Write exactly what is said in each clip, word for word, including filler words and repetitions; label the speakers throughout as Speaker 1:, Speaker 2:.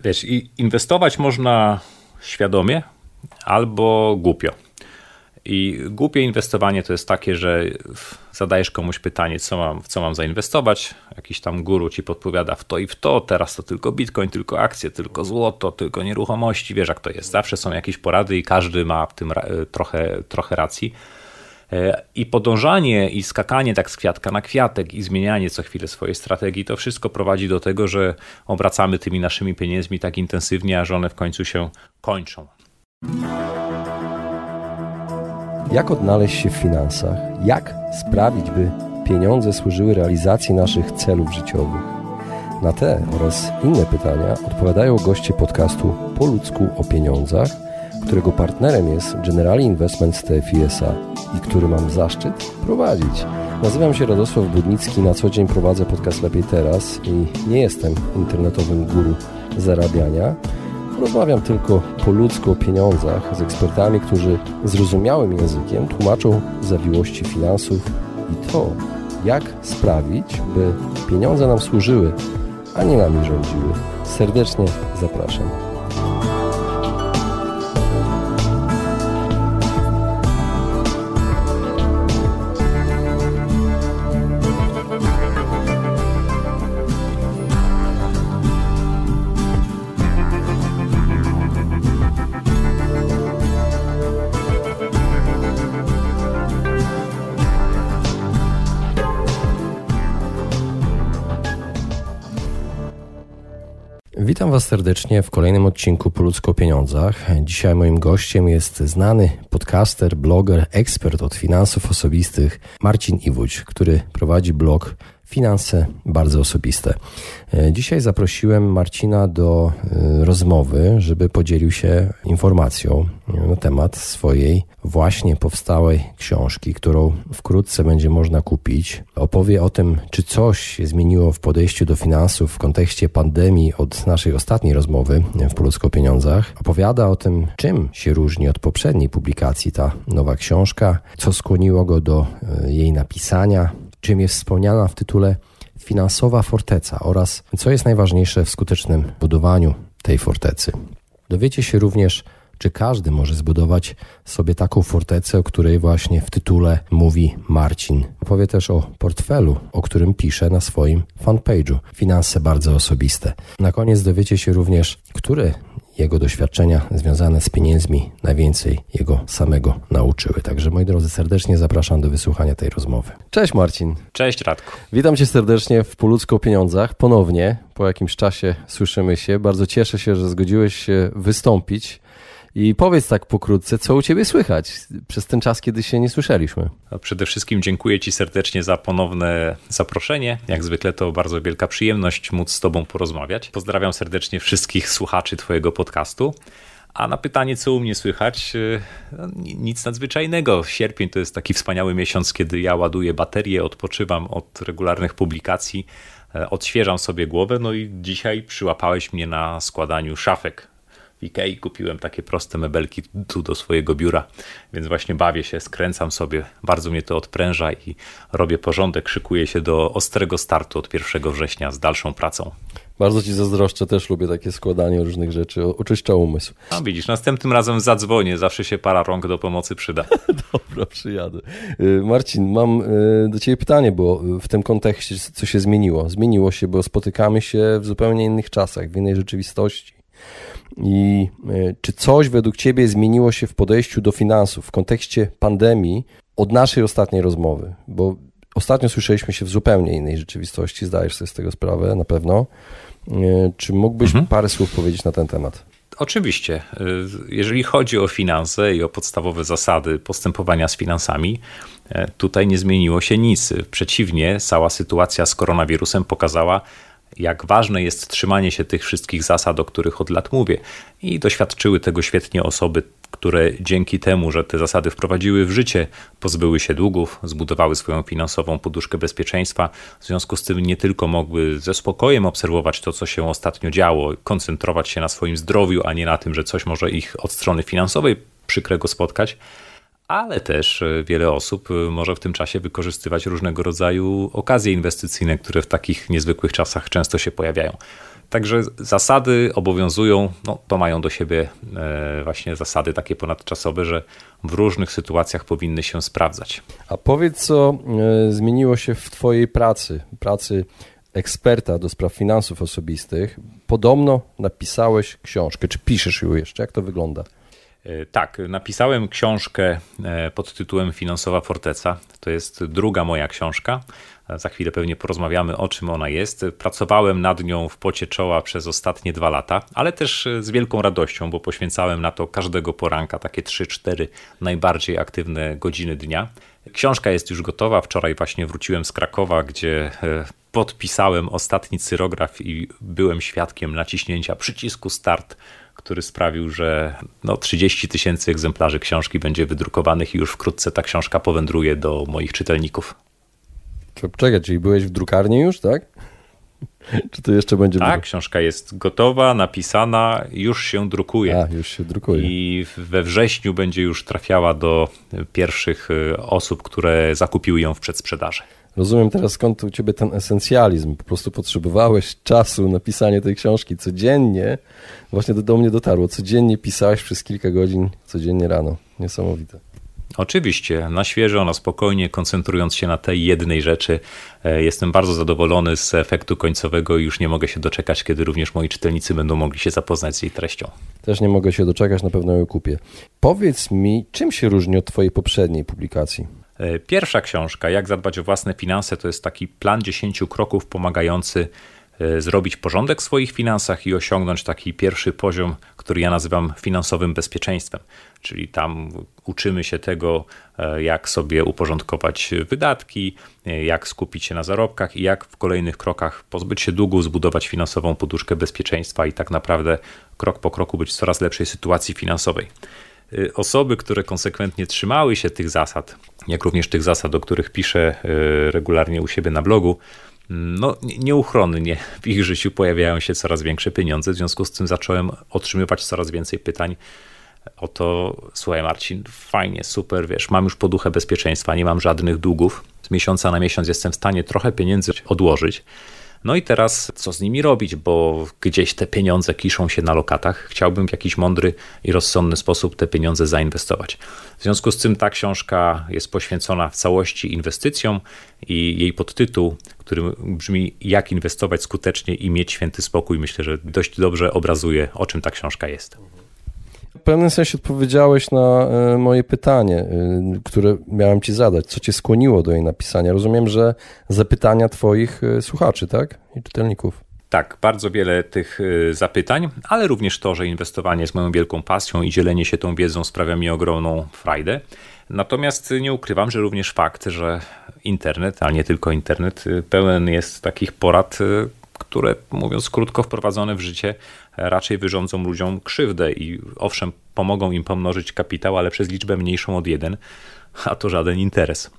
Speaker 1: Wiesz, inwestować można świadomie albo głupio. I głupie inwestowanie to jest takie, że zadajesz komuś pytanie, co mam, w co mam zainwestować, jakiś tam guru ci podpowiada w to i w to, teraz to tylko bitcoin, tylko akcje, tylko złoto, tylko nieruchomości, wiesz jak to jest. Zawsze są jakieś porady i każdy ma w tym trochę, trochę racji. I podążanie i skakanie tak z kwiatka na kwiatek i zmienianie co chwilę swojej strategii, to wszystko prowadzi do tego, że obracamy tymi naszymi pieniędzmi tak intensywnie, aż one w końcu się kończą.
Speaker 2: Jak odnaleźć się w finansach? Jak sprawić, by pieniądze służyły realizacji naszych celów życiowych? Na te oraz inne pytania odpowiadają goście podcastu Po ludzku o pieniądzach, którego partnerem jest Generali Investments T F I S A i który mam zaszczyt prowadzić. Nazywam się Radosław Budnicki, na co dzień prowadzę podcast Lepiej Teraz i nie jestem internetowym guru zarabiania. Rozmawiam tylko po ludzku o pieniądzach z ekspertami, którzy zrozumiałym językiem tłumaczą zawiłości finansów i to, jak sprawić, by pieniądze nam służyły, a nie nami rządziły. Serdecznie zapraszam. Witam Was serdecznie w kolejnym odcinku Po ludzku o pieniądzach. Dzisiaj moim gościem jest znany podcaster, bloger, ekspert od finansów osobistych Marcin Iwódź, który prowadzi blog Finanse Bardzo Osobiste. Dzisiaj zaprosiłem Marcina do rozmowy, żeby podzielił się informacją na temat swojej właśnie powstałej książki, którą wkrótce będzie można kupić. Opowie o tym, czy coś się zmieniło w podejściu do finansów w kontekście pandemii od naszej ostatniej rozmowy w Po ludzku o pieniądzach. Opowiada o tym, czym się różni od poprzedniej publikacji ta nowa książka, co skłoniło go do jej napisania, czym jest wspomniana w tytule finansowa forteca oraz co jest najważniejsze w skutecznym budowaniu tej fortecy. Dowiecie się również, czy każdy może zbudować sobie taką fortecę, o której właśnie w tytule mówi Marcin. Opowie też o portfelu, o którym pisze na swoim fanpage'u Finanse Bardzo Osobiste. Na koniec dowiecie się również, które jego doświadczenia związane z pieniędzmi najwięcej jego samego nauczyły. Także moi drodzy, serdecznie zapraszam do wysłuchania tej rozmowy. Cześć Marcin.
Speaker 1: Cześć Radku.
Speaker 2: Witam Cię serdecznie w Po ludzku o pieniądzach. Ponownie, po jakimś czasie słyszymy się. Bardzo cieszę się, że zgodziłeś się wystąpić. I powiedz tak pokrótce, co u Ciebie słychać przez ten czas, kiedy się nie słyszeliśmy.
Speaker 1: Przede wszystkim dziękuję Ci serdecznie za ponowne zaproszenie. Jak zwykle to bardzo wielka przyjemność móc z Tobą porozmawiać. Pozdrawiam serdecznie wszystkich słuchaczy Twojego podcastu. A na pytanie, co u mnie słychać, nic nadzwyczajnego. Sierpień to jest taki wspaniały miesiąc, kiedy ja ładuję baterię, odpoczywam od regularnych publikacji, odświeżam sobie głowę. No i dzisiaj przyłapałeś mnie na składaniu szafek. W Ikei kupiłem takie proste mebelki tu do swojego biura, więc właśnie bawię się, skręcam sobie, bardzo mnie to odpręża i robię porządek, szykuję się do ostrego startu od pierwszego września z dalszą pracą.
Speaker 2: Bardzo Ci zazdroszczę, też lubię takie składanie różnych rzeczy, oczyszcza umysł.
Speaker 1: A widzisz, następnym razem zadzwonię, zawsze się para rąk do pomocy przyda.
Speaker 2: Dobra, przyjadę. Marcin, mam do Ciebie pytanie, bo w tym kontekście co się zmieniło? Zmieniło się, bo spotykamy się w zupełnie innych czasach, w innej rzeczywistości. I czy coś według Ciebie zmieniło się w podejściu do finansów w kontekście pandemii od naszej ostatniej rozmowy? Bo ostatnio słyszeliśmy się w zupełnie innej rzeczywistości, zdajesz sobie z tego sprawę na pewno. Czy mógłbyś mhm. parę słów powiedzieć na ten temat?
Speaker 1: Oczywiście. Jeżeli chodzi o finanse i o podstawowe zasady postępowania z finansami, tutaj nie zmieniło się nic. Przeciwnie, cała sytuacja z koronawirusem pokazała, jak ważne jest trzymanie się tych wszystkich zasad, o których od lat mówię. I doświadczyły tego świetnie osoby, które dzięki temu, że te zasady wprowadziły w życie, pozbyły się długów, zbudowały swoją finansową poduszkę bezpieczeństwa. W związku z tym nie tylko mogły ze spokojem obserwować to, co się ostatnio działo, koncentrować się na swoim zdrowiu, a nie na tym, że coś może ich od strony finansowej przykrego spotkać, ale też wiele osób może w tym czasie wykorzystywać różnego rodzaju okazje inwestycyjne, które w takich niezwykłych czasach często się pojawiają. Także zasady obowiązują, no to mają do siebie właśnie zasady takie ponadczasowe, że w różnych sytuacjach powinny się sprawdzać.
Speaker 2: A powiedz, co zmieniło się w twojej pracy, pracy eksperta do spraw finansów osobistych. Podobno napisałeś książkę, czy piszesz ją jeszcze? Jak to wygląda?
Speaker 1: Tak, napisałem książkę pod tytułem Finansowa Forteca. To jest druga moja książka. Za chwilę pewnie porozmawiamy, o czym ona jest. Pracowałem nad nią w pocie czoła przez ostatnie dwa lata, ale też z wielką radością, bo poświęcałem na to każdego poranka takie trzy cztery najbardziej aktywne godziny dnia. Książka jest już gotowa. Wczoraj właśnie wróciłem z Krakowa, gdzie podpisałem ostatni cyrograf i byłem świadkiem naciśnięcia przycisku start, który sprawił, że no trzydzieści tysięcy egzemplarzy książki będzie wydrukowanych i już wkrótce ta książka powędruje do moich czytelników.
Speaker 2: Czekaj, czyli byłeś w drukarni już, tak? Czy to jeszcze będzie...
Speaker 1: Tak, książka jest gotowa, napisana, już się drukuje.
Speaker 2: A, już się drukuje.
Speaker 1: I we wrześniu będzie już trafiała do pierwszych osób, które zakupiły ją w przedsprzedaży.
Speaker 2: Rozumiem teraz, skąd u ciebie ten esencjalizm. Po prostu potrzebowałeś czasu na pisanie tej książki codziennie. Właśnie do, do mnie dotarło. Codziennie pisałeś przez kilka godzin, codziennie rano. Niesamowite.
Speaker 1: Oczywiście, na świeżo, na spokojnie, koncentrując się na tej jednej rzeczy. Jestem bardzo zadowolony z efektu końcowego i już nie mogę się doczekać, kiedy również moi czytelnicy będą mogli się zapoznać z jej treścią.
Speaker 2: Też nie mogę się doczekać, na pewno ją kupię. Powiedz mi, czym się różni od twojej poprzedniej publikacji?
Speaker 1: Pierwsza książka, Jak zadbać o własne finanse, to jest taki plan dziesięciu kroków pomagający zrobić porządek w swoich finansach i osiągnąć taki pierwszy poziom, który ja nazywam finansowym bezpieczeństwem. Czyli tam uczymy się tego, jak sobie uporządkować wydatki, jak skupić się na zarobkach i jak w kolejnych krokach pozbyć się długu, zbudować finansową poduszkę bezpieczeństwa i tak naprawdę krok po kroku być w coraz lepszej sytuacji finansowej. Osoby, które konsekwentnie trzymały się tych zasad, jak również tych zasad, o których piszę regularnie u siebie na blogu, no nieuchronnie w ich życiu pojawiają się coraz większe pieniądze, w związku z tym zacząłem otrzymywać coraz więcej pytań o to: słuchaj Marcin, fajnie, super, wiesz, mam już poduchę bezpieczeństwa, nie mam żadnych długów, z miesiąca na miesiąc jestem w stanie trochę pieniędzy odłożyć. No i teraz co z nimi robić, bo gdzieś te pieniądze kiszą się na lokatach. Chciałbym w jakiś mądry i rozsądny sposób te pieniądze zainwestować. W związku z tym ta książka jest poświęcona w całości inwestycjom i jej podtytuł, który brzmi Jak inwestować skutecznie i mieć święty spokój, myślę, że dość dobrze obrazuje, o czym ta książka jest.
Speaker 2: W pewnym sensie odpowiedziałeś na moje pytanie, które miałem ci zadać. Co cię skłoniło do jej napisania? Rozumiem, że zapytania twoich słuchaczy, tak? I czytelników.
Speaker 1: Tak, bardzo wiele tych zapytań, ale również to, że inwestowanie jest moją wielką pasją i dzielenie się tą wiedzą sprawia mi ogromną frajdę. Natomiast nie ukrywam, że również fakt, że internet, a nie tylko internet, pełen jest takich porad, które, mówiąc krótko, wprowadzone w życie raczej wyrządzą ludziom krzywdę i owszem, pomogą im pomnożyć kapitał, ale przez liczbę mniejszą od jeden, a to żaden interes.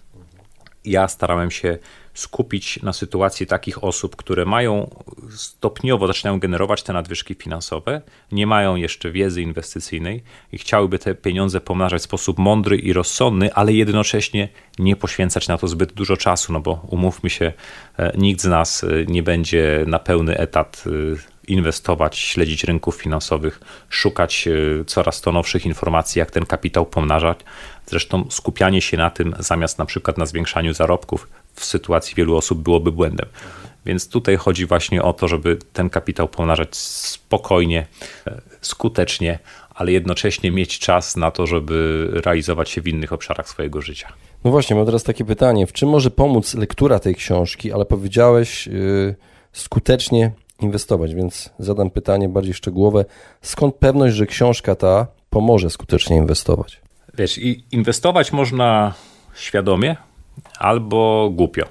Speaker 1: Ja starałem się skupić na sytuacji takich osób, które mają stopniowo, zaczynają generować te nadwyżki finansowe, nie mają jeszcze wiedzy inwestycyjnej i chciałyby te pieniądze pomnażać w sposób mądry i rozsądny, ale jednocześnie nie poświęcać na to zbyt dużo czasu, no bo umówmy się, nikt z nas nie będzie na pełny etat inwestować, śledzić rynków finansowych, szukać coraz to nowszych informacji, jak ten kapitał pomnażać. Zresztą skupianie się na tym zamiast na przykład na zwiększaniu zarobków w sytuacji wielu osób byłoby błędem. Więc tutaj chodzi właśnie o to, żeby ten kapitał pomnażać spokojnie, skutecznie, ale jednocześnie mieć czas na to, żeby realizować się w innych obszarach swojego życia.
Speaker 2: No właśnie, mam teraz takie pytanie. W czym może pomóc lektura tej książki, ale powiedziałeś yy, skutecznie inwestować, więc zadam pytanie bardziej szczegółowe. Skąd pewność, że książka ta pomoże skutecznie inwestować?
Speaker 1: Wiesz, i inwestować można świadomie albo głupio.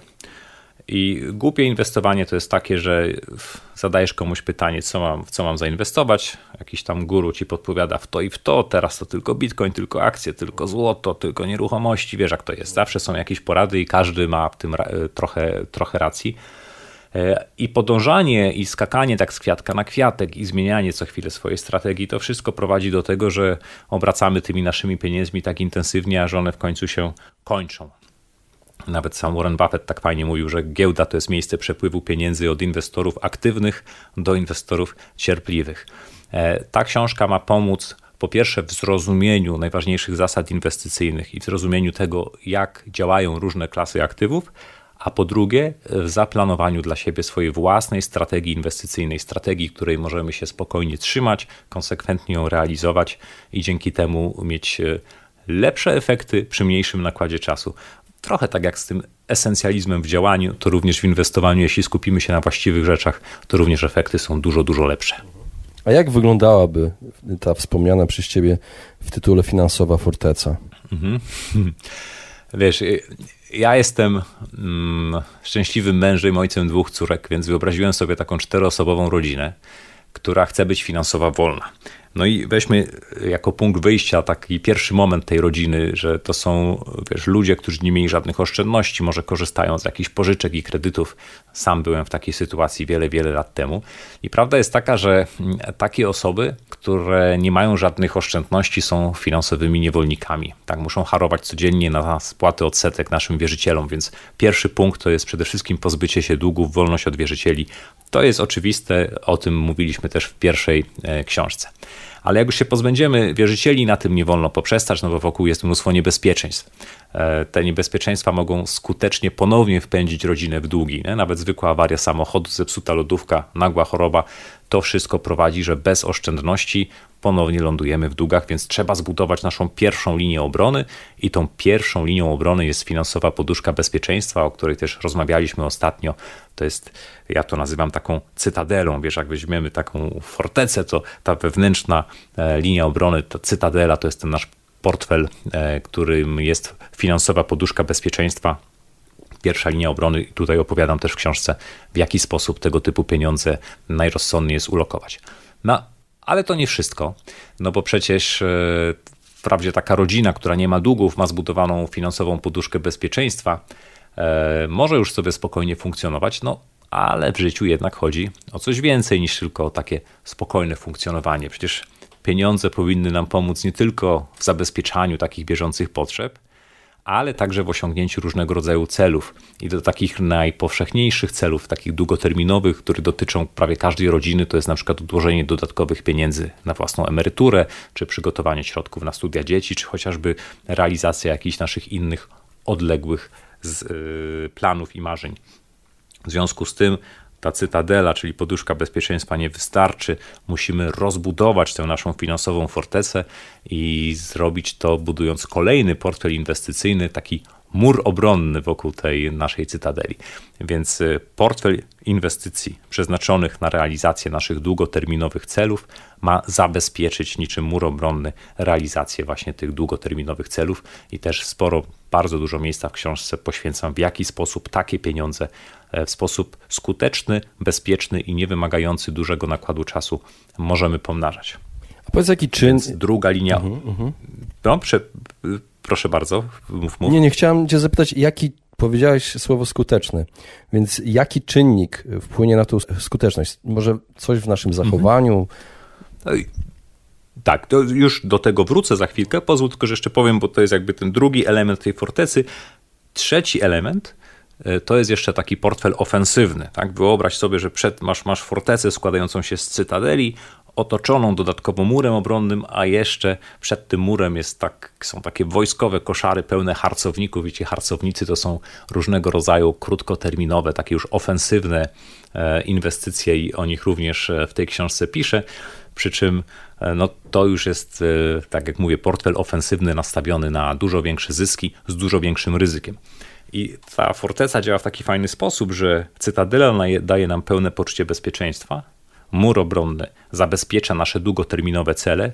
Speaker 1: I głupie inwestowanie to jest takie, że zadajesz komuś pytanie, co mam, w co mam zainwestować, jakiś tam guru ci podpowiada w to i w to, teraz to tylko bitcoin, tylko akcje, tylko złoto, tylko nieruchomości, wiesz jak to jest. Zawsze są jakieś porady i każdy ma w tym trochę, trochę racji. I podążanie i skakanie tak z kwiatka na kwiatek i zmienianie co chwilę swojej strategii, to wszystko prowadzi do tego, że obracamy tymi naszymi pieniędzmi tak intensywnie, aż one w końcu się kończą. Nawet sam Warren Buffett tak fajnie mówił, że giełda to jest miejsce przepływu pieniędzy od inwestorów aktywnych do inwestorów cierpliwych. Ta książka ma pomóc po pierwsze w zrozumieniu najważniejszych zasad inwestycyjnych i w zrozumieniu tego, jak działają różne klasy aktywów, a po drugie w zaplanowaniu dla siebie swojej własnej strategii inwestycyjnej, strategii, której możemy się spokojnie trzymać, konsekwentnie ją realizować i dzięki temu mieć lepsze efekty przy mniejszym nakładzie czasu. Trochę tak jak z tym esencjalizmem w działaniu, to również w inwestowaniu, jeśli skupimy się na właściwych rzeczach, to również efekty są dużo, dużo lepsze.
Speaker 2: A jak wyglądałaby ta wspomniana przez ciebie w tytule finansowa forteca? Mhm.
Speaker 1: Wiesz, ja jestem mm, szczęśliwym mężem, ojcem dwóch córek, więc wyobraziłem sobie taką czteroosobową rodzinę, która chce być finansowo wolna. No i weźmy jako punkt wyjścia taki pierwszy moment tej rodziny, że to są, wiesz, ludzie, którzy nie mieli żadnych oszczędności, może korzystają z jakichś pożyczek i kredytów. Sam byłem w takiej sytuacji wiele, wiele lat temu. I prawda jest taka, że takie osoby, które nie mają żadnych oszczędności, są finansowymi niewolnikami. Tak, muszą harować codziennie na spłaty odsetek naszym wierzycielom, więc pierwszy punkt to jest przede wszystkim pozbycie się długów, wolność od wierzycieli. To jest oczywiste, o tym mówiliśmy też w pierwszej książce. Ale jak już się pozbędziemy wierzycieli, na tym nie wolno poprzestać, no bo wokół jest mnóstwo niebezpieczeństw. Te niebezpieczeństwa mogą skutecznie ponownie wpędzić rodzinę w długi. Nie? Nawet zwykła awaria samochodu, zepsuta lodówka, nagła choroba, to wszystko prowadzi, że bez oszczędności ponownie lądujemy w długach, więc trzeba zbudować naszą pierwszą linię obrony i tą pierwszą linią obrony jest finansowa poduszka bezpieczeństwa, o której też rozmawialiśmy ostatnio. To jest, ja to nazywam taką cytadelą, wiesz, jak weźmiemy taką fortecę, to ta wewnętrzna linia obrony, ta cytadela to jest ten nasz portfel, którym jest finansowa poduszka bezpieczeństwa. Pierwsza linia obrony, i tutaj opowiadam też w książce, w jaki sposób tego typu pieniądze najrozsądniej jest ulokować. No, ale to nie wszystko, no bo przecież wprawdzie taka rodzina, która nie ma długów, ma zbudowaną finansową poduszkę bezpieczeństwa, może już sobie spokojnie funkcjonować, no ale w życiu jednak chodzi o coś więcej niż tylko takie spokojne funkcjonowanie. Przecież pieniądze powinny nam pomóc nie tylko w zabezpieczaniu takich bieżących potrzeb, ale także w osiągnięciu różnego rodzaju celów i do takich najpowszechniejszych celów, takich długoterminowych, które dotyczą prawie każdej rodziny, to jest na przykład odłożenie dodatkowych pieniędzy na własną emeryturę, czy przygotowanie środków na studia dzieci, czy chociażby realizacja jakichś naszych innych odległych z, yy, planów i marzeń. W związku z tym ta cytadela, czyli poduszka bezpieczeństwa nie wystarczy. Musimy rozbudować tę naszą finansową fortecę i zrobić to budując kolejny portfel inwestycyjny, taki mur obronny wokół tej naszej cytadeli. Więc portfel inwestycji przeznaczonych na realizację naszych długoterminowych celów ma zabezpieczyć niczym mur obronny realizację właśnie tych długoterminowych celów i też sporo, bardzo dużo miejsca w książce poświęcam, w jaki sposób takie pieniądze w sposób skuteczny, bezpieczny i nie wymagający dużego nakładu czasu możemy pomnażać.
Speaker 2: A powiedz, jaki czyn...
Speaker 1: Więc druga linia... Uh-huh, uh-huh. No, prze... Proszę bardzo, mów, mów.
Speaker 2: Nie, nie, chciałem cię zapytać, jaki, powiedziałeś słowo skuteczny, więc jaki czynnik wpłynie na tą skuteczność? Może coś w naszym zachowaniu?
Speaker 1: Mhm. Tak, to już do tego wrócę za chwilkę, pozwól tylko, że jeszcze powiem, bo to jest jakby ten drugi element tej fortecy. Trzeci element to jest jeszcze taki portfel ofensywny. Tak? Wyobraź sobie, że przed, masz, masz fortecę składającą się z cytadeli, otoczoną dodatkowo murem obronnym, a jeszcze przed tym murem jest tak, są takie wojskowe koszary pełne harcowników i ci harcownicy to są różnego rodzaju krótkoterminowe, takie już ofensywne inwestycje i o nich również w tej książce piszę. Przy czym no, to już jest, tak jak mówię, portfel ofensywny nastawiony na dużo większe zyski z dużo większym ryzykiem. I ta forteca działa w taki fajny sposób, że cytadela daje nam pełne poczucie bezpieczeństwa, mur obronny zabezpiecza nasze długoterminowe cele,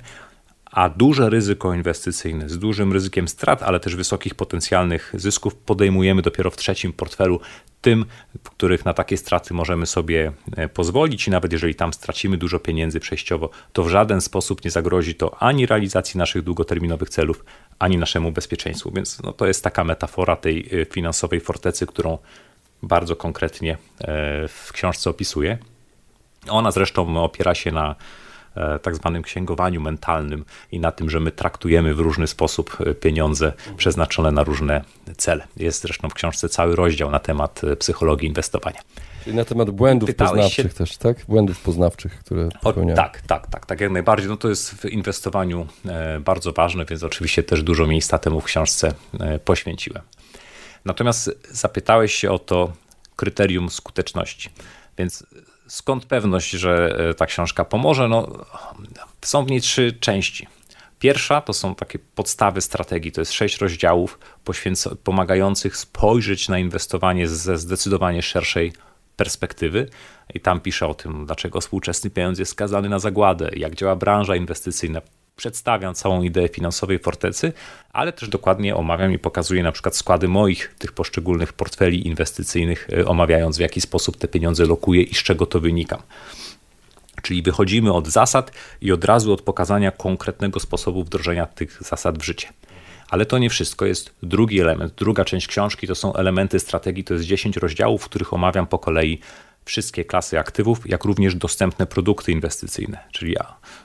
Speaker 1: a duże ryzyko inwestycyjne z dużym ryzykiem strat, ale też wysokich potencjalnych zysków podejmujemy dopiero w trzecim portfelu, tym, w których na takie straty możemy sobie pozwolić i nawet jeżeli tam stracimy dużo pieniędzy przejściowo, to w żaden sposób nie zagrozi to ani realizacji naszych długoterminowych celów, ani naszemu bezpieczeństwu. Więc no, to jest taka metafora tej finansowej fortecy, którą bardzo konkretnie w książce opisuje. Ona zresztą opiera się na tak zwanym księgowaniu mentalnym i na tym, że my traktujemy w różny sposób pieniądze przeznaczone na różne cele. Jest zresztą w książce cały rozdział na temat psychologii inwestowania.
Speaker 2: Czyli na temat błędów
Speaker 1: Pytałeś
Speaker 2: poznawczych
Speaker 1: się...
Speaker 2: też, tak? Błędów poznawczych, które popełniają.
Speaker 1: Tak, tak, tak, tak jak najbardziej. No to jest w inwestowaniu bardzo ważne, więc oczywiście też dużo miejsca temu w książce poświęciłem. Natomiast zapytałeś się o to kryterium skuteczności, więc skąd pewność, że ta książka pomoże? No, są w niej trzy części. Pierwsza to są takie podstawy strategii, to jest sześć rozdziałów poświęco- pomagających spojrzeć na inwestowanie ze zdecydowanie szerszej perspektywy i tam pisze o tym, dlaczego współczesny pieniądz jest skazany na zagładę, jak działa branża inwestycyjna. Przedstawiam całą ideę finansowej fortecy, ale też dokładnie omawiam i pokazuję na przykład składy moich tych poszczególnych portfeli inwestycyjnych, omawiając w jaki sposób te pieniądze lokuję i z czego to wynika. Czyli wychodzimy od zasad i od razu od pokazania konkretnego sposobu wdrożenia tych zasad w życie. Ale to nie wszystko, jest drugi element, druga część książki to są elementy strategii, to jest dziesięć rozdziałów, w których omawiam po kolei wszystkie klasy aktywów, jak również dostępne produkty inwestycyjne, czyli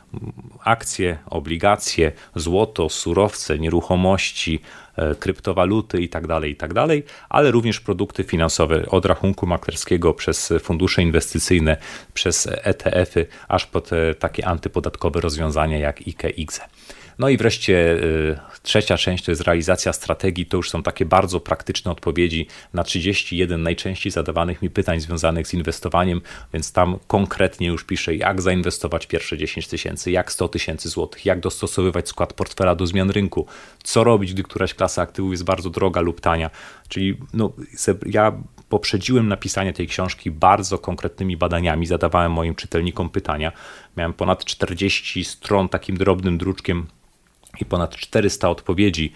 Speaker 1: akcje, obligacje, złoto, surowce, nieruchomości, kryptowaluty itd., itd., ale również produkty finansowe od rachunku maklerskiego przez fundusze inwestycyjne, przez E T F-y, aż po te takie antypodatkowe rozwiązania jak I K E, I K Z E. No i wreszcie y, trzecia część to jest realizacja strategii. To już są takie bardzo praktyczne odpowiedzi na trzydzieści jeden najczęściej zadawanych mi pytań związanych z inwestowaniem, więc tam konkretnie już piszę, jak zainwestować pierwsze dziesięć tysięcy, jak sto tysięcy złotych, jak dostosowywać skład portfela do zmian rynku, co robić, gdy któraś klasa aktywów jest bardzo droga lub tania. Czyli no, ja poprzedziłem napisanie tej książki bardzo konkretnymi badaniami, zadawałem moim czytelnikom pytania. Miałem ponad czterdzieści stron takim drobnym druczkiem i ponad czterysta odpowiedzi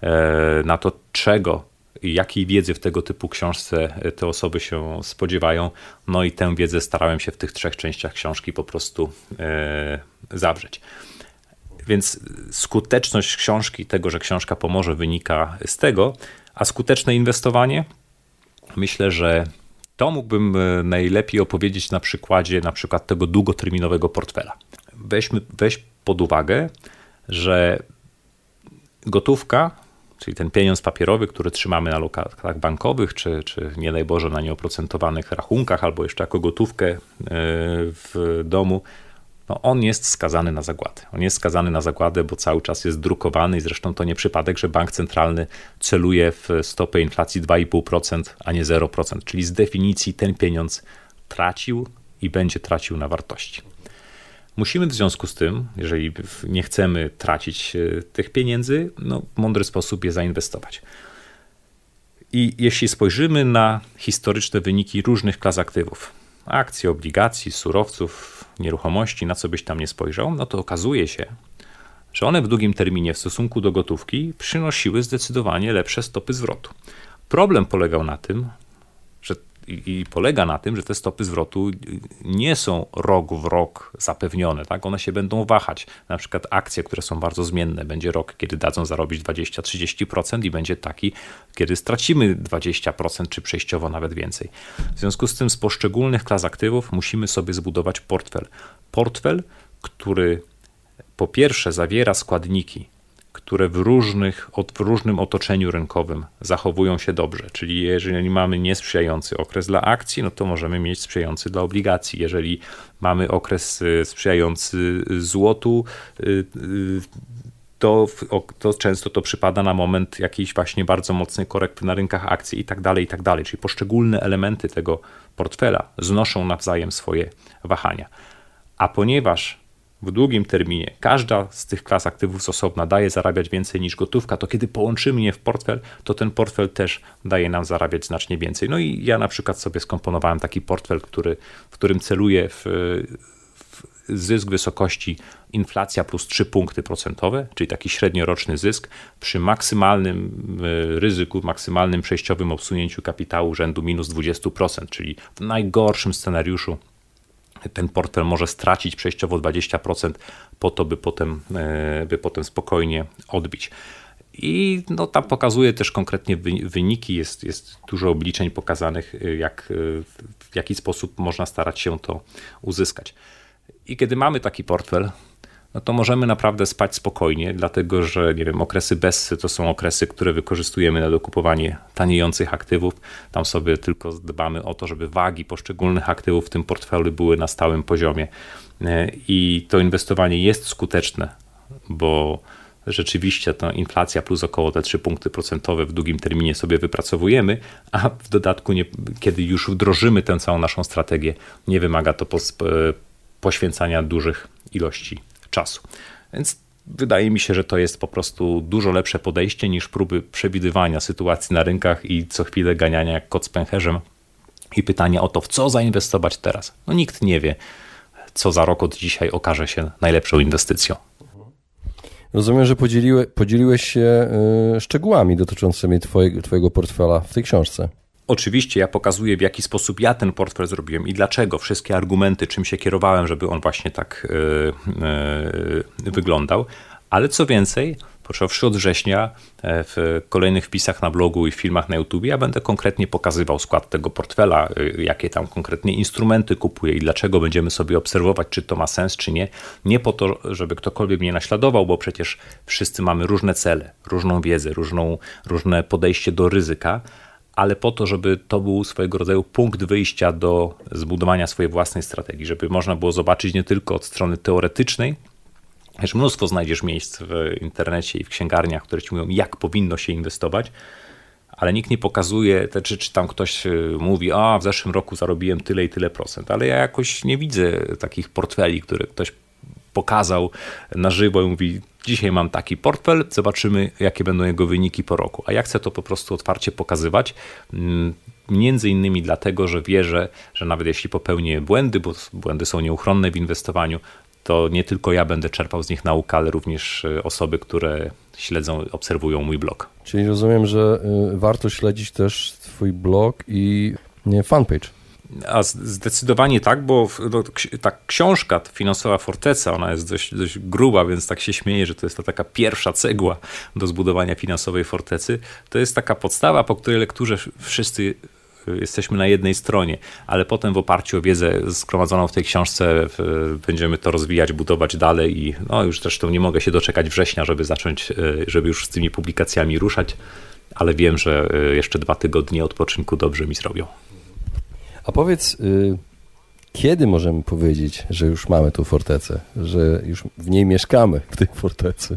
Speaker 1: na to, czego i jakiej wiedzy w tego typu książce te osoby się spodziewają. No i tę wiedzę starałem się w tych trzech częściach książki po prostu zawrzeć. Więc skuteczność książki, tego, że książka pomoże, wynika z tego, a skuteczne inwestowanie, myślę, że to mógłbym najlepiej opowiedzieć na przykładzie na przykład tego długoterminowego portfela. Weźmy, weź pod uwagę, że gotówka, czyli ten pieniądz papierowy, który trzymamy na lokatach bankowych, czy, czy nie daj Boże na nieoprocentowanych rachunkach, albo jeszcze jako gotówkę w domu, no on jest skazany na zagładę. On jest skazany na zagładę, bo cały czas jest drukowany i zresztą to nie przypadek, że bank centralny celuje w stopę inflacji dwa i pół procent, a nie zero procent, czyli z definicji ten pieniądz tracił i będzie tracił na wartości. Musimy w związku z tym, jeżeli nie chcemy tracić tych pieniędzy, no w mądry sposób je zainwestować. I jeśli spojrzymy na historyczne wyniki różnych klas aktywów, akcji, obligacji, surowców, nieruchomości, na co byś tam nie spojrzał, no to okazuje się, że one w długim terminie w stosunku do gotówki przynosiły zdecydowanie lepsze stopy zwrotu. Problem polegał na tym, że i polega na tym, że te stopy zwrotu nie są rok w rok zapewnione, tak? One się będą wahać. Na przykład akcje, które są bardzo zmienne, będzie rok, kiedy dadzą zarobić dwadzieścia do trzydziestu procent i będzie taki, kiedy stracimy dwadzieścia procent czy przejściowo nawet więcej. W związku z tym z poszczególnych klas aktywów musimy sobie zbudować portfel. Portfel, który po pierwsze zawiera składniki, które w, różnych, w różnym otoczeniu rynkowym zachowują się dobrze. Czyli jeżeli mamy niesprzyjający okres dla akcji, no to możemy mieć sprzyjający dla obligacji. Jeżeli mamy okres sprzyjający złotu, to, to często to przypada na moment jakiejś właśnie bardzo mocnej korekty na rynkach akcji i tak dalej, i tak dalej. Czyli poszczególne elementy tego portfela znoszą nawzajem swoje wahania. A ponieważ w długim terminie każda z tych klas aktywów z osobna daje zarabiać więcej niż gotówka, to kiedy połączymy je w portfel, to ten portfel też daje nam zarabiać znacznie więcej. No i ja na przykład sobie skomponowałem taki portfel, który, w którym celuję w, w zysk wysokości inflacja plus trzy punkty procentowe, czyli taki średnioroczny zysk przy maksymalnym ryzyku, maksymalnym przejściowym obsunięciu kapitału rzędu minus dwadzieścia procent, czyli w najgorszym scenariuszu ten portfel może stracić przejściowo dwadzieścia procent po to, by potem, by potem spokojnie odbić. I no, tam pokazuje też konkretnie wyniki, jest, jest dużo obliczeń pokazanych, jak, w jaki sposób można starać się to uzyskać. I kiedy mamy taki portfel, no to możemy naprawdę spać spokojnie, dlatego że nie wiem, okresy bessy to są okresy, które wykorzystujemy na dokupowanie taniejących aktywów. Tam sobie tylko dbamy o to, żeby wagi poszczególnych aktywów w tym portfelu były na stałym poziomie. I to inwestowanie jest skuteczne, bo rzeczywiście to inflacja plus około te trzy punkty procentowe w długim terminie sobie wypracowujemy, a w dodatku nie, kiedy już wdrożymy tę całą naszą strategię, nie wymaga to poświęcania dużych ilości czasu. Więc wydaje mi się, że to jest po prostu dużo lepsze podejście niż próby przewidywania sytuacji na rynkach i co chwilę ganiania jak kot z pęcherzem i pytania o to, w co zainwestować teraz. No nikt nie wie, co za rok od dzisiaj okaże się najlepszą inwestycją.
Speaker 2: Rozumiem, że podzieliłe, podzieliłeś się y, szczegółami dotyczącymi twojego, twojego portfela w tej książce.
Speaker 1: Oczywiście ja pokazuję, w jaki sposób ja ten portfel zrobiłem i dlaczego, wszystkie argumenty, czym się kierowałem, żeby on właśnie tak yy, yy, wyglądał. Ale co więcej, począwszy od września, w kolejnych wpisach na blogu i w filmach na YouTube ja będę konkretnie pokazywał skład tego portfela, jakie tam konkretnie instrumenty kupuję i dlaczego będziemy sobie obserwować, czy to ma sens, czy nie. Nie po to, żeby ktokolwiek mnie naśladował, bo przecież wszyscy mamy różne cele, różną wiedzę, różną, różne podejście do ryzyka, ale po to, żeby to był swojego rodzaju punkt wyjścia do zbudowania swojej własnej strategii, żeby można było zobaczyć nie tylko od strony teoretycznej, też mnóstwo znajdziesz miejsc w internecie i w księgarniach, które ci mówią, jak powinno się inwestować, ale nikt nie pokazuje, czy, czy tam ktoś mówi, a w zeszłym roku zarobiłem tyle i tyle procent, ale ja jakoś nie widzę takich portfeli, które ktoś pokazał na żywo i mówi, dzisiaj mam taki portfel, zobaczymy, jakie będą jego wyniki po roku. A ja chcę to po prostu otwarcie pokazywać, między innymi dlatego, że wierzę, że nawet jeśli popełnię błędy, bo błędy są nieuchronne w inwestowaniu, to nie tylko ja będę czerpał z nich naukę, ale również osoby, które śledzą, obserwują mój blog.
Speaker 2: Czyli rozumiem, że warto śledzić też twój blog i fanpage.
Speaker 1: A zdecydowanie tak, bo no, ta książka Finansowa Forteca, ona jest dość, dość gruba, więc tak się śmieję, że to jest to taka pierwsza cegła do zbudowania finansowej fortecy. To jest taka podstawa, po której lekturze wszyscy jesteśmy na jednej stronie, ale potem w oparciu o wiedzę zgromadzoną w tej książce będziemy to rozwijać, budować dalej i no już zresztą nie mogę się doczekać września, żeby zacząć, żeby już z tymi publikacjami ruszać, ale wiem, że jeszcze dwa tygodnie odpoczynku dobrze mi zrobią.
Speaker 2: A powiedz, kiedy możemy powiedzieć, że już mamy tą fortecę, że już w niej mieszkamy, w tej fortecy?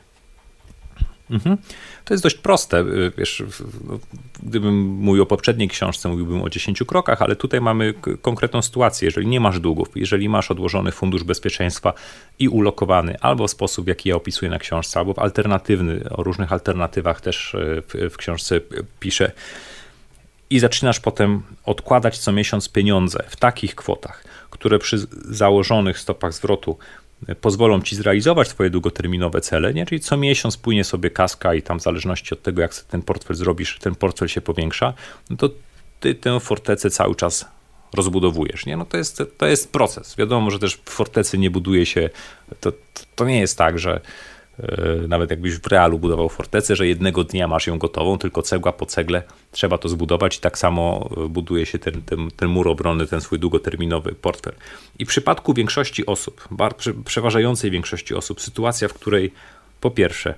Speaker 1: Mhm. To jest dość proste. Wiesz, gdybym mówił o poprzedniej książce, mówiłbym o dziesięciu krokach, ale tutaj mamy konkretną sytuację. Jeżeli nie masz długów, jeżeli masz odłożony fundusz bezpieczeństwa i ulokowany albo w sposób, jaki ja opisuję na książce, albo w alternatywny, o różnych alternatywach też w, w książce piszę, i zaczynasz potem odkładać co miesiąc pieniądze w takich kwotach, które przy założonych stopach zwrotu pozwolą ci zrealizować twoje długoterminowe cele, nie? Czyli co miesiąc płynie sobie kaska i tam w zależności od tego, jak sobie ten portfel zrobisz, ten portfel się powiększa, no to ty tę fortecę cały czas rozbudowujesz. Nie? No to jest, to jest proces. Wiadomo, że też w fortecy nie buduje się, to, to nie jest tak, że nawet jakbyś w realu budował fortecę, że jednego dnia masz ją gotową, tylko cegła po cegle trzeba to zbudować i tak samo buduje się ten, ten, ten mur obronny, ten swój długoterminowy portfel. I w przypadku większości osób, przeważającej większości osób, sytuacja, w której po pierwsze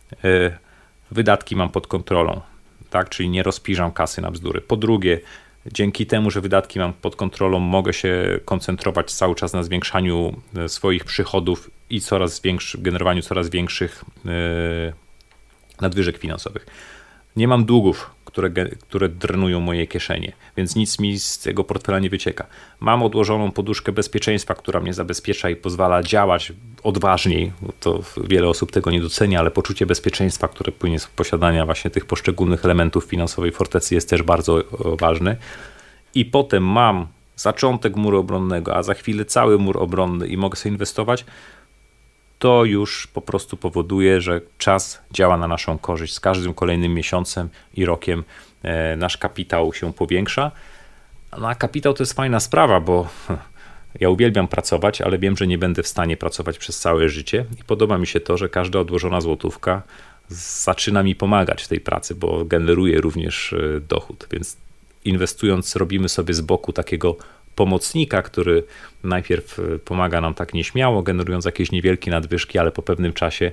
Speaker 1: wydatki mam pod kontrolą, tak, czyli nie rozpiżam kasy na bzdury. Po drugie, dzięki temu, że wydatki mam pod kontrolą, mogę się koncentrować cały czas na zwiększaniu swoich przychodów i coraz większy, generowaniu coraz większych yy, nadwyżek finansowych. Nie mam długów, które, które drenują moje kieszenie, więc nic mi z tego portfela nie wycieka. Mam odłożoną poduszkę bezpieczeństwa, która mnie zabezpiecza i pozwala działać odważniej. To wiele osób tego nie docenia, ale poczucie bezpieczeństwa, które płynie z posiadania właśnie tych poszczególnych elementów finansowej fortecy jest też bardzo ważne. I potem mam zaczątek muru obronnego, a za chwilę cały mur obronny i mogę sobie inwestować, to już po prostu powoduje, że czas działa na naszą korzyść. Z każdym kolejnym miesiącem i rokiem e, nasz kapitał się powiększa. No a kapitał to jest fajna sprawa, bo ja uwielbiam pracować, ale wiem, że nie będę w stanie pracować przez całe życie i podoba mi się to, że każda odłożona złotówka zaczyna mi pomagać w tej pracy, bo generuje również dochód, więc inwestując robimy sobie z boku takiego pomocnika, który najpierw pomaga nam tak nieśmiało, generując jakieś niewielkie nadwyżki, ale po pewnym czasie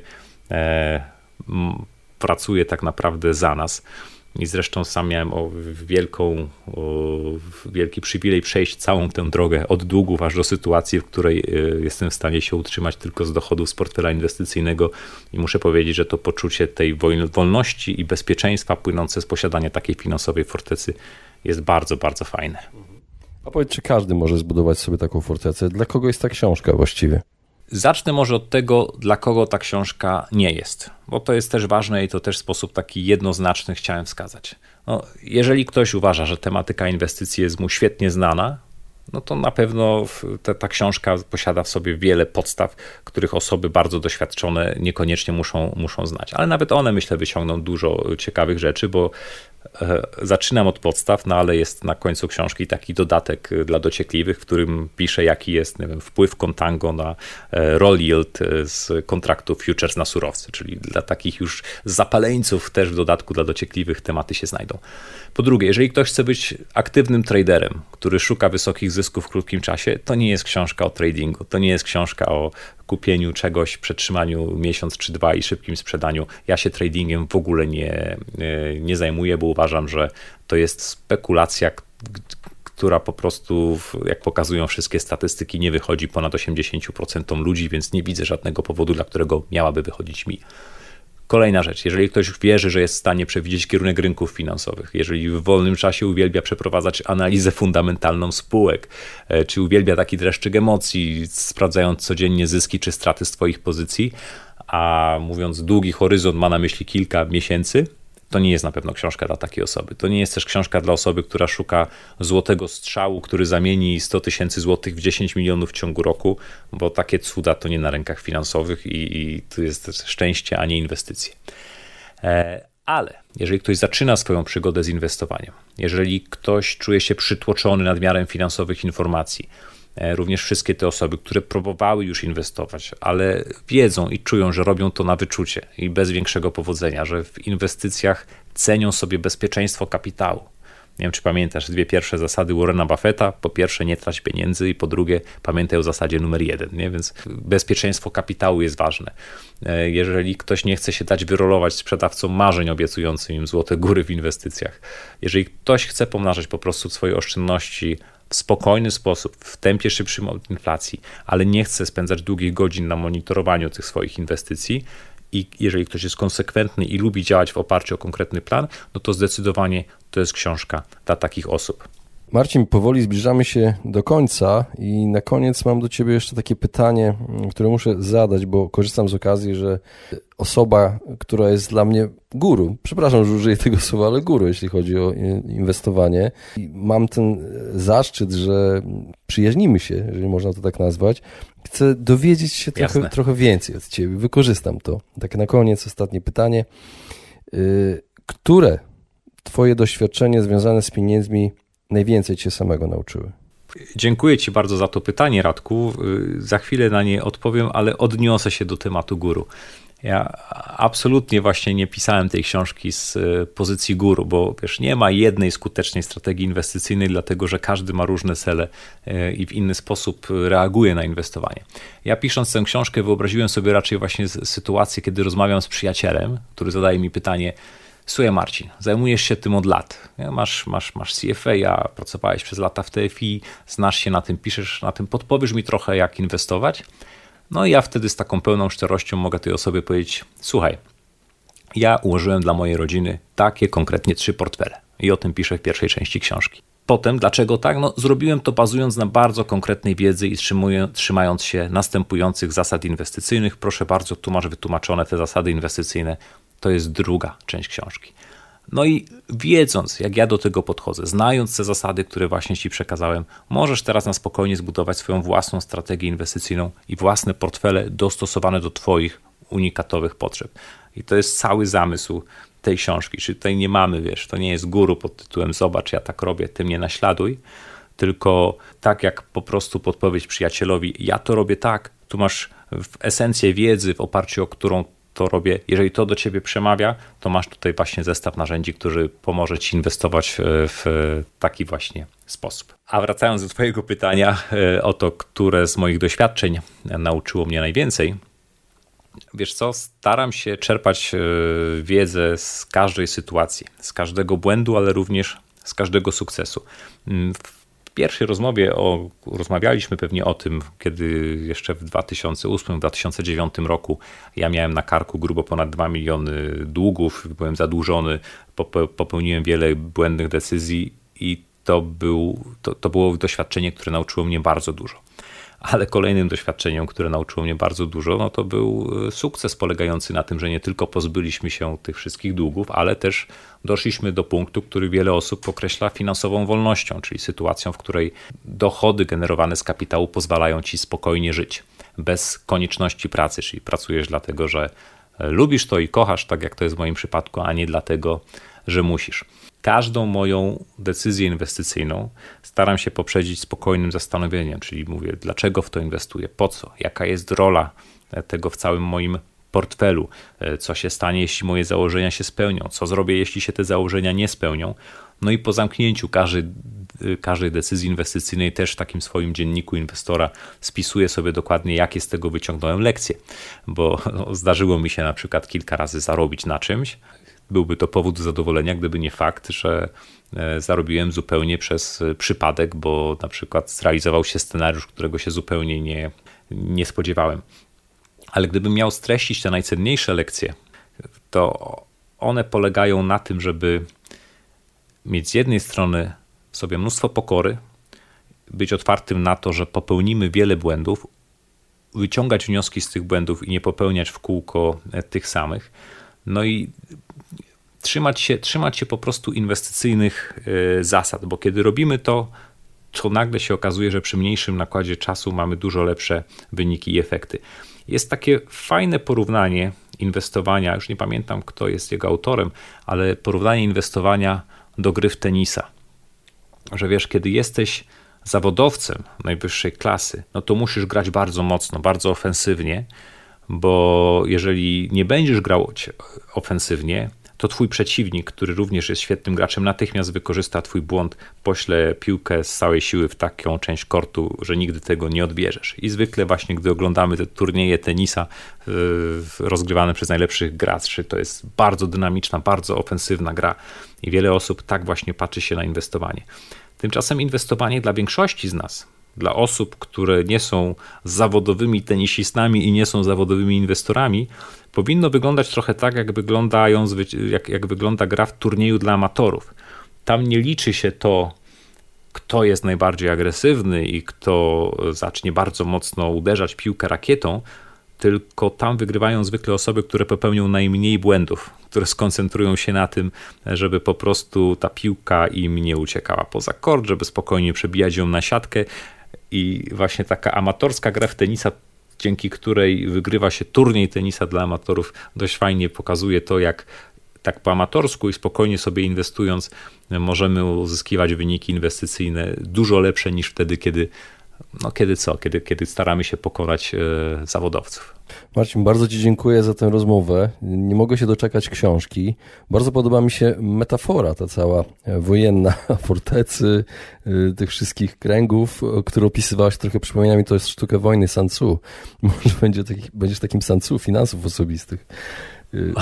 Speaker 1: e, m, pracuje tak naprawdę za nas. I zresztą sam miałem o wielką, o wielki przywilej przejść całą tę drogę od długów aż do sytuacji, w której jestem w stanie się utrzymać tylko z dochodów z portfela inwestycyjnego i muszę powiedzieć, że to poczucie tej wolności i bezpieczeństwa płynące z posiadania takiej finansowej fortecy jest bardzo, bardzo fajne.
Speaker 2: A powiedz, czy każdy może zbudować sobie taką fortecę? Dla kogo jest ta książka właściwie?
Speaker 1: Zacznę może od tego, dla kogo ta książka nie jest, bo to jest też ważne i to też w sposób taki jednoznaczny chciałem wskazać. No, jeżeli ktoś uważa, że tematyka inwestycji jest mu świetnie znana, no to na pewno ta, ta książka posiada w sobie wiele podstaw, których osoby bardzo doświadczone niekoniecznie muszą, muszą znać. Ale nawet one, myślę, wyciągną dużo ciekawych rzeczy, bo e, zaczynam od podstaw, no ale jest na końcu książki taki dodatek dla dociekliwych, w którym piszę, jaki jest, nie wiem, wpływ kontango na e, roll yield z kontraktu futures na surowce, czyli dla takich już zapaleńców też w dodatku dla dociekliwych tematy się znajdą. Po drugie, jeżeli ktoś chce być aktywnym traderem, który szuka wysokich zysków w krótkim czasie, to nie jest książka o tradingu, to nie jest książka o kupieniu czegoś, przetrzymaniu miesiąc czy dwa i szybkim sprzedaniu. Ja się tradingiem w ogóle nie, nie zajmuję, bo uważam, że to jest spekulacja, która po prostu, jak pokazują wszystkie statystyki, nie wychodzi ponad osiemdziesiąt procent ludzi, więc nie widzę żadnego powodu, dla którego miałaby wychodzić mi. Kolejna rzecz, jeżeli ktoś wierzy, że jest w stanie przewidzieć kierunek rynków finansowych, jeżeli w wolnym czasie uwielbia przeprowadzać analizę fundamentalną spółek, czy uwielbia taki dreszczyk emocji, sprawdzając codziennie zyski czy straty swoich pozycji, a mówiąc długi horyzont ma na myśli kilka miesięcy, to nie jest na pewno książka dla takiej osoby. To nie jest też książka dla osoby, która szuka złotego strzału, który zamieni sto tysięcy złotych w dziesięć milionów w ciągu roku, bo takie cuda to nie na rynkach finansowych i, i to jest szczęście, a nie inwestycje. E, ale jeżeli ktoś zaczyna swoją przygodę z inwestowaniem, jeżeli ktoś czuje się przytłoczony nadmiarem finansowych informacji, również wszystkie te osoby, które próbowały już inwestować, ale wiedzą i czują, że robią to na wyczucie i bez większego powodzenia, że w inwestycjach cenią sobie bezpieczeństwo kapitału. Nie wiem, czy pamiętasz dwie pierwsze zasady Warrena Buffetta. Po pierwsze, nie trać pieniędzy i po drugie, pamiętaj o zasadzie numer jeden. Nie? Więc bezpieczeństwo kapitału jest ważne. Jeżeli ktoś nie chce się dać wyrolować sprzedawcą marzeń obiecującym im złote góry w inwestycjach, jeżeli ktoś chce pomnażać po prostu swoje oszczędności w spokojny sposób, w tempie szybszym od inflacji, ale nie chce spędzać długich godzin na monitorowaniu tych swoich inwestycji i jeżeli ktoś jest konsekwentny i lubi działać w oparciu o konkretny plan, no to zdecydowanie to jest książka dla takich osób.
Speaker 2: Marcin, powoli zbliżamy się do końca i na koniec mam do Ciebie jeszcze takie pytanie, które muszę zadać, bo korzystam z okazji, że osoba, która jest dla mnie guru, przepraszam, że użyję tego słowa, ale guru, jeśli chodzi o inwestowanie. I mam ten zaszczyt, że przyjaźnimy się, jeżeli można to tak nazwać. Chcę dowiedzieć się trochę, trochę więcej od Ciebie, wykorzystam to. Tak na koniec ostatnie pytanie. Które Twoje doświadczenie związane z pieniędzmi najwięcej Cię samego nauczyły?
Speaker 1: Dziękuję Ci bardzo za to pytanie, Radku. Za chwilę na nie odpowiem, ale odniosę się do tematu guru. Ja absolutnie właśnie nie pisałem tej książki z pozycji guru, bo wiesz, nie ma jednej skutecznej strategii inwestycyjnej, dlatego że każdy ma różne cele i w inny sposób reaguje na inwestowanie. Ja pisząc tę książkę wyobraziłem sobie raczej właśnie sytuację, kiedy rozmawiam z przyjacielem, który zadaje mi pytanie: słuchaj Marcin, zajmujesz się tym od lat, masz, masz, masz C F A, pracowałeś przez lata w T F I, znasz się na tym, piszesz na tym, podpowiesz mi trochę, jak inwestować? No i ja wtedy z taką pełną szczerością mogę tej osobie powiedzieć: słuchaj, ja ułożyłem dla mojej rodziny takie konkretnie trzy portfele i o tym piszę w pierwszej części książki. Potem, dlaczego tak? No, zrobiłem to bazując na bardzo konkretnej wiedzy i trzymając się następujących zasad inwestycyjnych. Proszę bardzo, tu masz wytłumaczone te zasady inwestycyjne. To jest druga część książki. No i wiedząc, jak ja do tego podchodzę, znając te zasady, które właśnie Ci przekazałem, możesz teraz na spokojnie zbudować swoją własną strategię inwestycyjną i własne portfele dostosowane do Twoich unikatowych potrzeb. I to jest cały zamysł tej książki. Czyli tutaj nie mamy, wiesz, to nie jest guru pod tytułem zobacz, ja tak robię, ty mnie naśladuj, tylko tak jak po prostu podpowiedź przyjacielowi, ja to robię tak, tu masz w esencję wiedzy, w oparciu o którą to robię. Jeżeli to do ciebie przemawia, to masz tutaj właśnie zestaw narzędzi, który pomoże ci inwestować w taki właśnie sposób. A wracając do twojego pytania o to, które z moich doświadczeń nauczyło mnie najwięcej, wiesz co, staram się czerpać wiedzę z każdej sytuacji, z każdego błędu, ale również z każdego sukcesu. W pierwszej rozmowie o, rozmawialiśmy pewnie o tym, kiedy jeszcze w dwa tysiące ósmym, dwa tysiące dziewiątym roku ja miałem na karku grubo ponad dwa miliony długów, byłem zadłużony, popełniłem wiele błędnych decyzji i to, był, to, to było doświadczenie, które nauczyło mnie bardzo dużo. Ale kolejnym doświadczeniem, które nauczyło mnie bardzo dużo, no to był sukces polegający na tym, że nie tylko pozbyliśmy się tych wszystkich długów, ale też doszliśmy do punktu, który wiele osób określa finansową wolnością, czyli sytuacją, w której dochody generowane z kapitału pozwalają ci spokojnie żyć, bez konieczności pracy, czyli pracujesz dlatego, że lubisz to i kochasz, tak jak to jest w moim przypadku, a nie dlatego, że musisz. Każdą moją decyzję inwestycyjną staram się poprzedzić spokojnym zastanowieniem, czyli mówię, dlaczego w to inwestuję, po co, jaka jest rola tego w całym moim portfelu, co się stanie, jeśli moje założenia się spełnią, co zrobię, jeśli się te założenia nie spełnią. No i po zamknięciu każdej, każdej decyzji inwestycyjnej też w takim swoim dzienniku inwestora spisuję sobie dokładnie, jakie z tego wyciągnąłem lekcje, bo no, zdarzyło mi się na przykład kilka razy zarobić na czymś. Byłby to powód do zadowolenia, gdyby nie fakt, że zarobiłem zupełnie przez przypadek, bo na przykład zrealizował się scenariusz, którego się zupełnie nie, nie spodziewałem. Ale gdybym miał streścić te najcenniejsze lekcje, to one polegają na tym, żeby mieć z jednej strony w sobie mnóstwo pokory, być otwartym na to, że popełnimy wiele błędów, wyciągać wnioski z tych błędów i nie popełniać w kółko tych samych. No i trzymać się, trzymać się po prostu inwestycyjnych zasad, bo kiedy robimy to, to nagle się okazuje, że przy mniejszym nakładzie czasu mamy dużo lepsze wyniki i efekty. Jest takie fajne porównanie inwestowania, już nie pamiętam, kto jest jego autorem, ale porównanie inwestowania do gry w tenisa. Że wiesz, kiedy jesteś zawodowcem najwyższej klasy, no to musisz grać bardzo mocno, bardzo ofensywnie, bo jeżeli nie będziesz grał ofensywnie, to twój przeciwnik, który również jest świetnym graczem, natychmiast wykorzysta twój błąd, pośle piłkę z całej siły w taką część kortu, że nigdy tego nie odbierzesz. I zwykle właśnie, gdy oglądamy te turnieje tenisa yy, rozgrywane przez najlepszych graczy, to jest bardzo dynamiczna, bardzo ofensywna gra i wiele osób tak właśnie patrzy się na inwestowanie. Tymczasem inwestowanie dla większości z nas, dla osób, które nie są zawodowymi tenisistami i nie są zawodowymi inwestorami, powinno wyglądać trochę tak, jak, wyglądają, jak, jak wygląda gra w turnieju dla amatorów. Tam nie liczy się to, kto jest najbardziej agresywny i kto zacznie bardzo mocno uderzać piłkę rakietą, tylko tam wygrywają zwykle osoby, które popełnią najmniej błędów, które skoncentrują się na tym, żeby po prostu ta piłka im nie uciekała poza kort, żeby spokojnie przebijać ją na siatkę. I właśnie taka amatorska gra w tenisa, dzięki której wygrywa się turniej tenisa dla amatorów, dość fajnie pokazuje to, jak tak po amatorsku i spokojnie sobie inwestując możemy uzyskiwać wyniki inwestycyjne dużo lepsze niż wtedy, kiedy no kiedy co, kiedy, kiedy staramy się pokonać e, zawodowców.
Speaker 2: Marcin, bardzo Ci dziękuję za tę rozmowę. Nie mogę się doczekać książki. Bardzo podoba mi się metafora ta cała wojenna fortecy, y, tych wszystkich kręgów, które opisywałeś. Trochę przypomina mi to jest sztukę wojny Sun Tzu. Może będzie taki, będziesz takim Sun Tzu finansów osobistych. Y-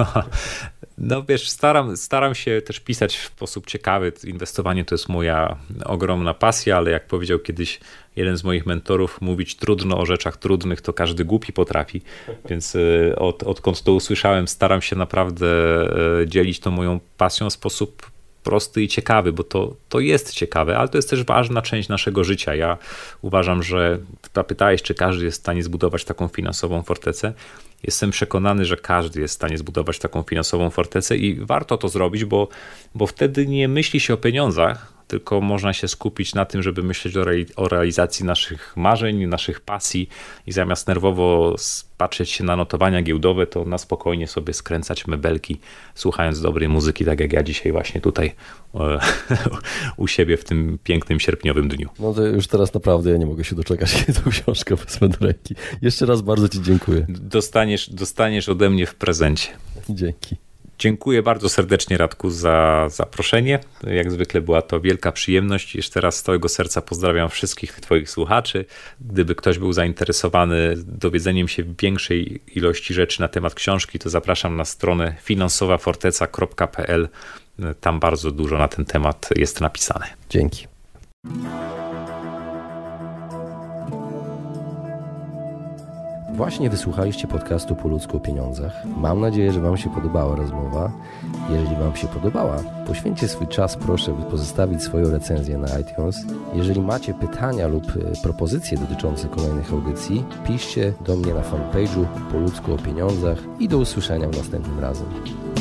Speaker 1: No wiesz, staram, staram się też pisać w sposób ciekawy. Inwestowanie to jest moja ogromna pasja, ale jak powiedział kiedyś jeden z moich mentorów, mówić trudno o rzeczach trudnych to każdy głupi potrafi. Więc od, odkąd to usłyszałem, staram się naprawdę dzielić tą moją pasją w sposób prosty i ciekawy, bo to, to jest ciekawe, ale to jest też ważna część naszego życia. Ja uważam, że zapytałeś, czy każdy jest w stanie zbudować taką finansową fortecę. Jestem przekonany, że każdy jest w stanie zbudować taką finansową fortecę i warto to zrobić, bo, bo wtedy nie myśli się o pieniądzach, tylko można się skupić na tym, żeby myśleć o, re- o realizacji naszych marzeń, naszych pasji i zamiast nerwowo patrzeć się na notowania giełdowe, to na spokojnie sobie skręcać mebelki, słuchając dobrej muzyki, tak jak ja dzisiaj właśnie tutaj e, u siebie w tym pięknym sierpniowym dniu.
Speaker 2: No to już teraz naprawdę ja nie mogę się doczekać, kiedy tą książkę wezmę do ręki. Jeszcze raz bardzo Ci dziękuję.
Speaker 1: Dostaniesz, dostaniesz ode mnie w prezencie.
Speaker 2: Dzięki.
Speaker 1: Dziękuję bardzo serdecznie, Radku, za zaproszenie. Jak zwykle była to wielka przyjemność. Jeszcze raz z całego serca pozdrawiam wszystkich Twoich słuchaczy. Gdyby ktoś był zainteresowany dowiedzeniem się większej ilości rzeczy na temat książki, to zapraszam na stronę finansowa forteca kropka p l. Tam bardzo dużo na ten temat jest napisane.
Speaker 2: Dzięki. Właśnie wysłuchaliście podcastu Po ludzku o pieniądzach. Mam nadzieję, że Wam się podobała rozmowa. Jeżeli Wam się podobała, poświęćcie swój czas, proszę, by pozostawić swoją recenzję na iTunes. Jeżeli macie pytania lub propozycje dotyczące kolejnych audycji, piszcie do mnie na fanpage'u Po ludzku o pieniądzach i do usłyszenia następnym razem.